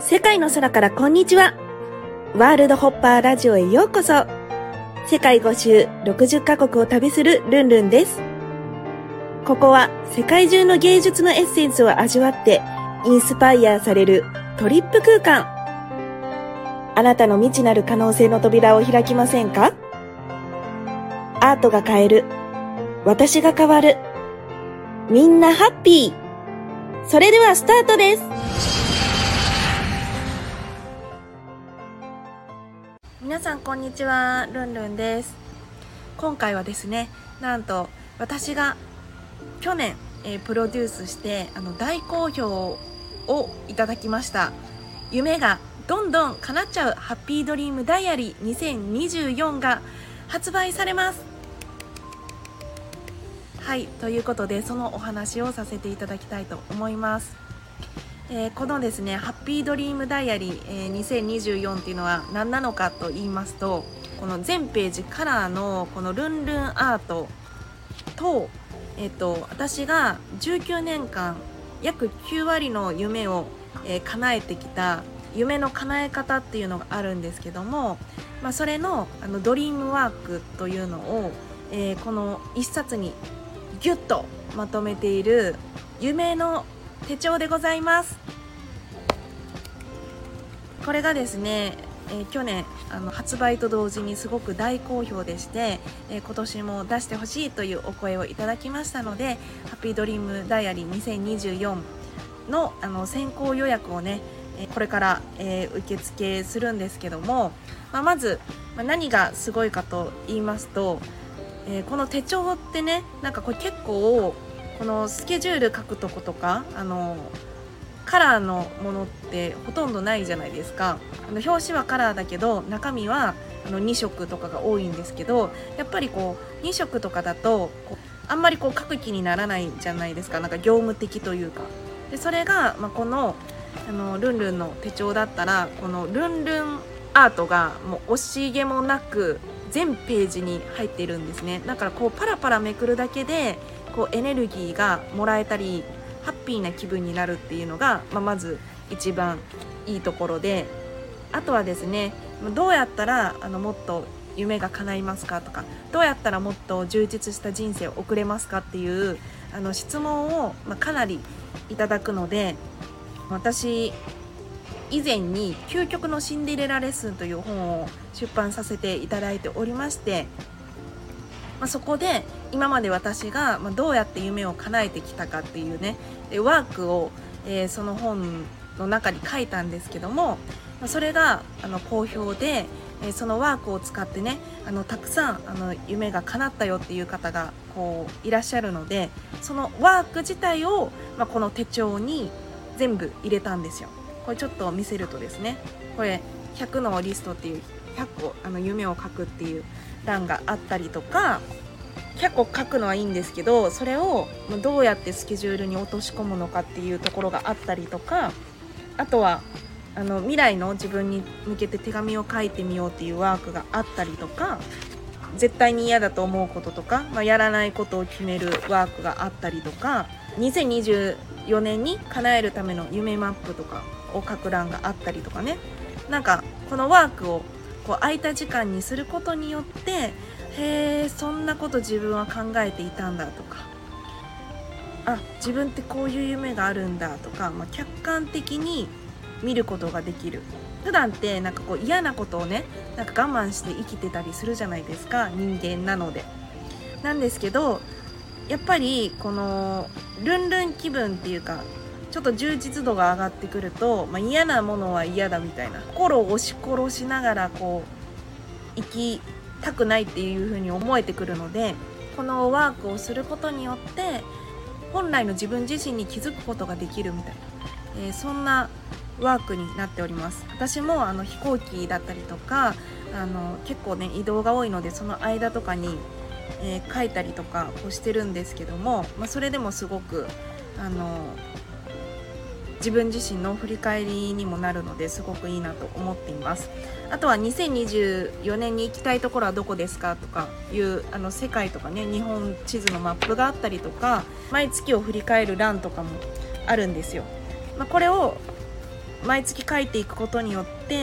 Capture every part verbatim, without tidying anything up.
世界の空からこんにちは。ワールドホッパーラジオへようこそ。世界ご周ろくじゅっカ国を旅するルンルンです。ここは世界中の芸術のエッセンスを味わってインスパイアされるトリップ空間。あなたの未知なる可能性の扉を開きませんか？アートが変える。私が変わる。みんなハッピー。それではスタートです。皆さんこんにちは、ルンルンです。今回はですね、なんと私が去年、えー、プロデュースしてあの大好評をいただきました夢がどんどん叶っちゃうハッピードリームダイアリーにせんにじゅうよんが発売されます。はい、ということでそのお話をさせていただきたいと思います。えー、このですねハッピードリームダイアリー、えー、にせんにじゅうよんっていうのは何なのかと言いますと、この全ページカラーのこのルンルンアートと、えー、と私がじゅうきゅうねんかん約きゅうわりの夢を、えー、叶えてきた夢の叶え方っていうのがあるんですけども、まあ、それの、あのドリームワークというのを、えー、この一冊にギュッとまとめている夢の手帳でございます。これがですね、えー、去年あの発売と同時にすごく大好評でして、えー、今年も出してほしいというお声をいただきましたので、ハッピードリームダイアリーにせんにじゅうよん の, あの先行予約をね、えー、これから、えー、受付するんですけども、まあ、まず、まあ、何がすごいかと言いますと、えー、この手帳ってね、なんかこれ結構このスケジュール書くとことか、あのカラーのものってほとんどないじゃないですか。あの表紙はカラーだけど中身はあのにしょくとかが多いんですけど、やっぱりこうにしょくとかだとこうあんまりこう書く気にならないじゃないですか。なんか業務的というかで、それが、まあ、このあのルンルンの手帳だったら、このルンルンアートがもう惜しげもなく全ページに入っているんですね。だからこうパラパラめくるだけでこうエネルギーがもらえたりハッピーな気分になるっていうのが、まあ、まず一番いいところで、あとはですね、どうやったらあのもっと夢が叶いますかとか、どうやったらもっと充実した人生を送れますかっていうあの質問を、まあ、かなりいただくので、私以前に究極のシンデレラレッスンという本を出版させていただいておりまして、まあ、そこで今まで私がどうやって夢を叶えてきたかっていうね、ワークを、えー、その本の中に書いたんですけども、それがあの好評で、そのワークを使ってね、あのたくさんあの夢が叶ったよっていう方がこういらっしゃるので、そのワーク自体を、まあ、この手帳に全部入れたんですよ。これちょっと見せるとですね、これひゃくのリストっていうひゃっこあの夢を書くっていう欄があったりとか、ひゃっこ書くのはいいんですけど、それをどうやってスケジュールに落とし込むのかっていうところがあったりとか、あとはあの未来の自分に向けて手紙を書いてみようっていうワークがあったりとか、絶対に嫌だと思うこととか、まあ、やらないことを決めるワークがあったりとか、にせんにじゅうよねんに叶えるための夢マップとかを書く欄があったりとかね、なんかこのワークをこう空いた時間にすることによって、へー、そんなこと自分は考えていたんだとか、あ、自分ってこういう夢があるんだとか、まあ、客観的に見ることができる。普段ってなんかこう嫌なことをね、なんか我慢して生きてたりするじゃないですか、人間なので。なんですけど、やっぱりこのルンルン気分っていうか、ちょっと充実度が上がってくると、まあ、嫌なものは嫌だみたいな、心を押し殺しながらこう生きたくないっていう風に思えてくるので、このワークをすることによって本来の自分自身に気づくことができるみたいな、えー、そんなワークになっております。私もあの飛行機だったりとか、あの結構ね移動が多いので、その間とかに、えー、書いたりとかをしてるんですけども、まあ、それでもすごくあの自分自身の振り返りにもなるので、すごくいいなと思っています。あとはにせんにじゅうよねんに行きたいところはどこですかとかいうあの世界とかね、日本地図のマップがあったりとか、毎月を振り返る欄とかもあるんですよ。まあ、これを毎月書いていくことによって、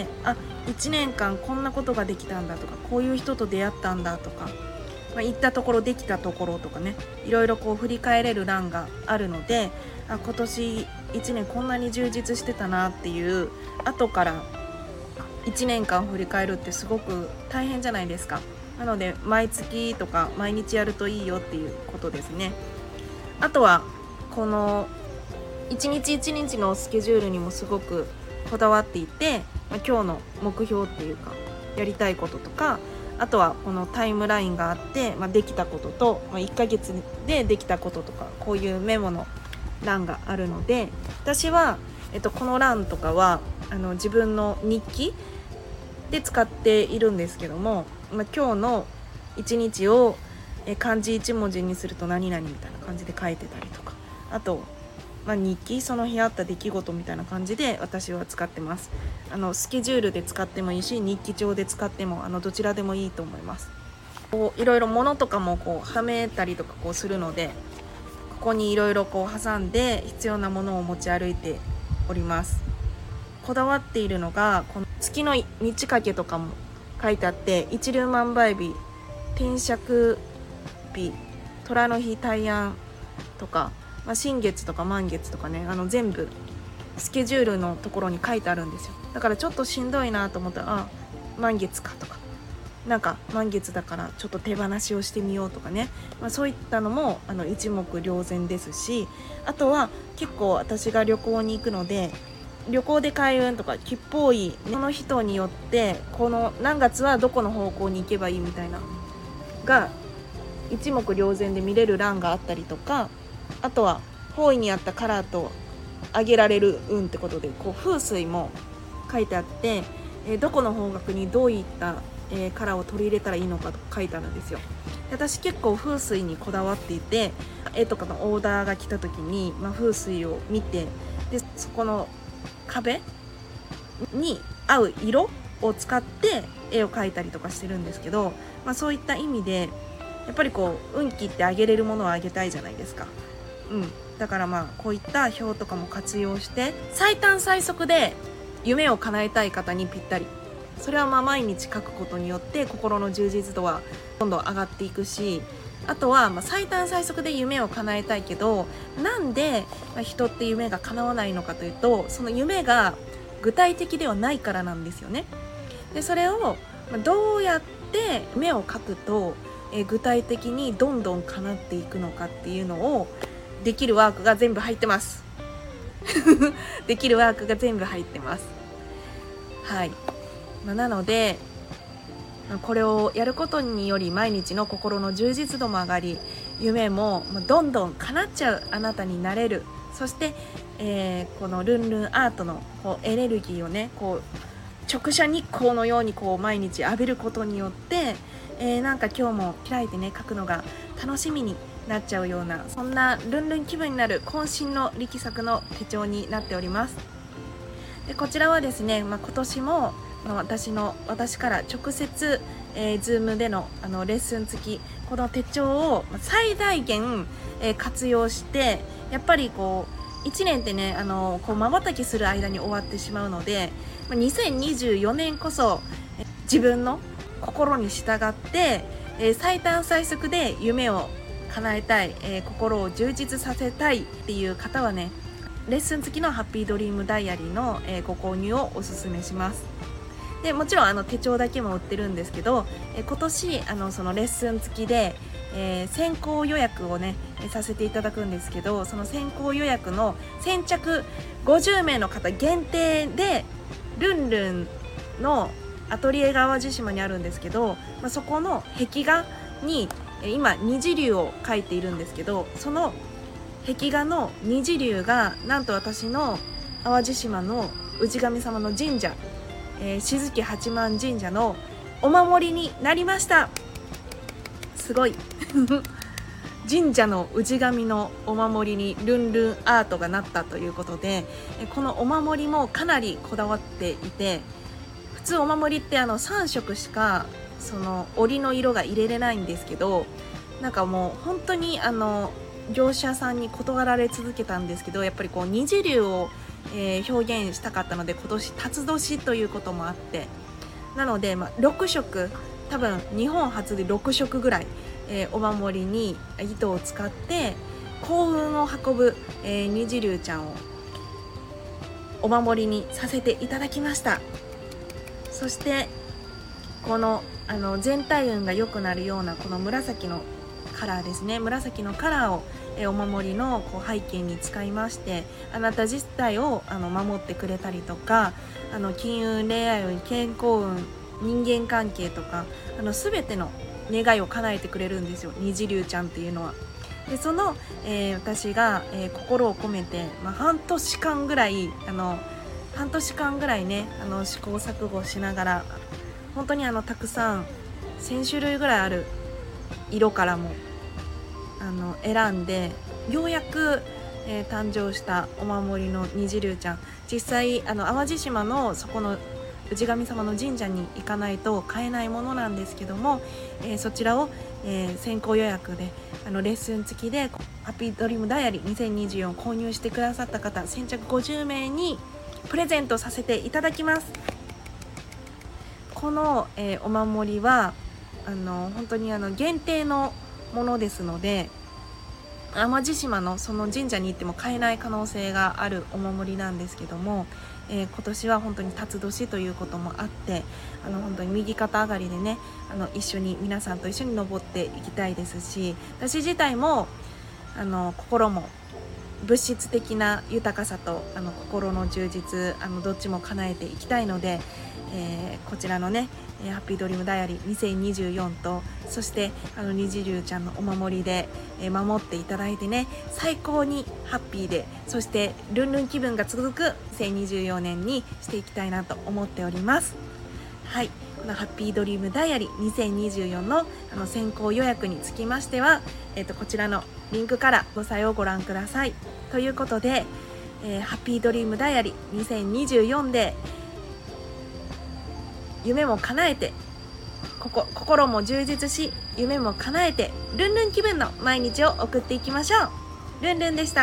あ、いちねんかんこんなことができたんだとか、こういう人と出会ったんだとか、まあ、行ったところできたところとかね、いろいろこう振り返れる欄があるので、あ、今年いちねんこんなに充実してたなっていう、後からいちねんかん振り返るってすごく大変じゃないですか。なので毎月とか毎日やるといいよっていうことですね。あとはこの一日一日のスケジュールにもすごくこだわっていて、まあ、今日の目標っていうかやりたいこととか、あとはこのタイムラインがあって、まあ、できたことと、まあ、いっかげつでできたこととか、こういうメモの欄があるので、私は、えっと、この欄とかはあの自分の日記で使っているんですけども、まあ、今日の一日をえ漢字一文字にすると何々みたいな感じで書いてたりとか、あと、まあ、日記、その日あった出来事みたいな感じで私は使ってます。あのスケジュールで使ってもいいし、日記帳で使ってもあのどちらでもいいと思います。こういろいろ物とかもこうはめたりとかこうするので、ここにいろいろこう挟んで必要なものを持ち歩いております。こだわっているのが、この月の満ち欠けとかも書いてあって、一粒万倍日、天釈日、虎の日、大安とか、まあ、新月とか満月とかね、あの全部スケジュールのところに書いてあるんですよ。だからちょっとしんどいなと思ったら、あ、満月かとか、なんか満月だからちょっと手放しをしてみようとかね、まあ、そういったのもあの一目瞭然ですし、あとは結構私が旅行に行くので、旅行で開運とか吉報位、その人によってこの何月はどこの方向に行けばいいみたいなが一目瞭然で見れる欄があったりとか、あとは方位にあったカラーと上げられる運ってことで、こう風水も書いてあって、えー、どこの方角にどういった、えー、カラーを取り入れたらいいのかと書いてあるんですよ。私結構風水にこだわっていて、絵とかのオーダーが来た時に、まあ、風水を見て、でそこの壁に合う色を使って絵を描いたりとかしてるんですけど、まあ、そういった意味でやっぱりこう運気って上げれるものを上げたいじゃないですか。うん、だからまあこういった表とかも活用して最短最速で夢を叶えたい方にぴったり。それはまあ毎日書くことによって心の充実度はどんどん上がっていくし、あとはまあ最短最速で夢を叶えたいけど、なんで人って夢が叶わないのかというと、その夢が具体的ではないからなんですよね。でそれをどうやって夢を書くとえ具体的にどんどん叶っていくのかっていうのをできるワークが全部入ってますできるワークが全部入ってます。はい、まあ、なのでこれをやることにより毎日の心の充実度も上がり、夢もどんどん叶っちゃうあなたになれる。そして、えー、このルンルンアートのこうエネルギーをね、こう直射日光のようにこう毎日浴びることによって、えー、なんか今日も開いてね書くのが楽しみになっちゃうような、そんなルンルン気分になる渾身の力作の手帳になっております。でこちらはですね、まあ、今年も私の私から直接、えー、Zoom でのあのレッスン付きこの手帳を最大限、えー、活用して、やっぱりこういちねんってね、あのこう瞬きする間に終わってしまうので、にせんにじゅうよねんこそ、えー、自分の心に従って、えー、最短最速で夢を叶えたい、えー、心を充実させたいっていう方はね、レッスン付きのハッピードリームダイアリーの、えー、ご購入をおすすめします。でもちろんあの手帳だけも売ってるんですけど、えー、今年あのそのレッスン付きで、えー、先行予約をねさせていただくんですけど、その先行予約の先着ごじゅうめいの方限定でルンルンのアトリエが淡路島にあるんですけど、まあ、そこの壁画に今虹龍を描いているんですけど、その壁画の虹龍がなんと私の淡路島の氏神様の神社、えー、静木八幡神社のお守りになりました。すごい神社の氏神のお守りにルンルンアートがなったということで、このお守りもかなりこだわっていて、普通お守りってあのさんしょくしかその織の色が入れれないんですけど、なんかもう本当にあの業者さんに断られ続けたんですけど、やっぱりこう虹龍をえー、表現したかったので、今年辰年ということもあって、なので、まあ、ろくしょく、多分日本初でろくしょくぐらい、えー、お守りに糸を使って幸運を運ぶ、えー、虹龍ちゃんをお守りにさせていただきました。そしてこの、あの全体運が良くなるようなこの紫のカラーですね、紫のカラーを、えー、お守りのこう背景に使いまして、あなた自体をあの守ってくれたりとか、あの金運、恋愛運、健康運、人間関係とか、あの全ての願いを叶えてくれるんですよ、虹龍ちゃんっていうのは。でその、えー、私が、えー、心を込めて、まあ、半年間ぐらいあの半年間ぐらいね、あの試行錯誤しながら、本当にあのたくさんせんしゅるいぐらいある色からもあの選んで、ようやく、えー、誕生したお守りの虹龍ちゃん。実際あの淡路島のそこの氏神様の神社に行かないと買えないものなんですけども、えー、そちらを、えー、先行予約であのレッスン付きでハッピードリームダイアリーにせんにじゅうよん購入してくださった方先着ごじゅうめいにプレゼントさせていただきます。この、えー、お守りはあの本当にあの限定のものですので、淡路島のその神社に行っても買えない可能性があるお守りなんですけども、えー、今年は本当に辰年ということもあって、あの本当に右肩上がりでね、あの一緒に皆さんと一緒に登っていきたいですし、私自体もあの心も物質的な豊かさとあの心の充実、あのどっちも叶えていきたいので、えー、こちらのねハッピードリームダイアリーにせんにじゅうよんと、そしてあの虹龍ちゃんのお守りで、えー、守っていただいてね、最高にハッピーで、そしてルンルン気分が続くにせんにじゅうよねんにしていきたいなと思っております。はい、このハッピードリームダイアリーにせんにじゅうよん の, あの先行予約につきましては、えー、とこちらのリンクからご記載をご覧ください。ということで、えー、ハッピードリームダイアリーにせんにじゅうよんで夢も叶えて、ここ心も充実し、夢も叶えて、ルンルン気分の毎日を送っていきましょう。ルンルンでした。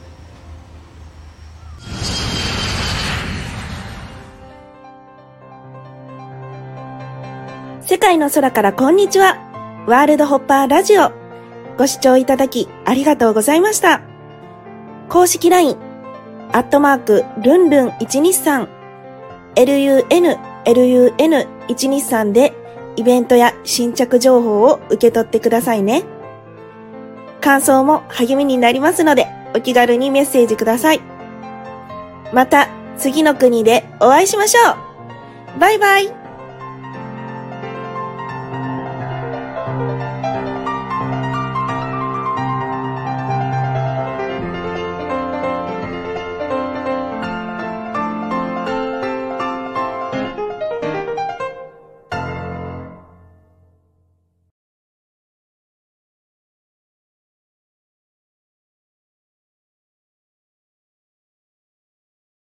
世界の空からこんにちは。ワールドホッパーラジオ。ご視聴いただきありがとうございました。公式 ライン、アットマーク、ルンルンいちにさん、エルユーエヌ、エルユーエヌいちにさん でイベントや新着情報を受け取ってくださいね。感想も励みになりますので、お気軽にメッセージください。また次の国でお会いしましょう。バイバイ。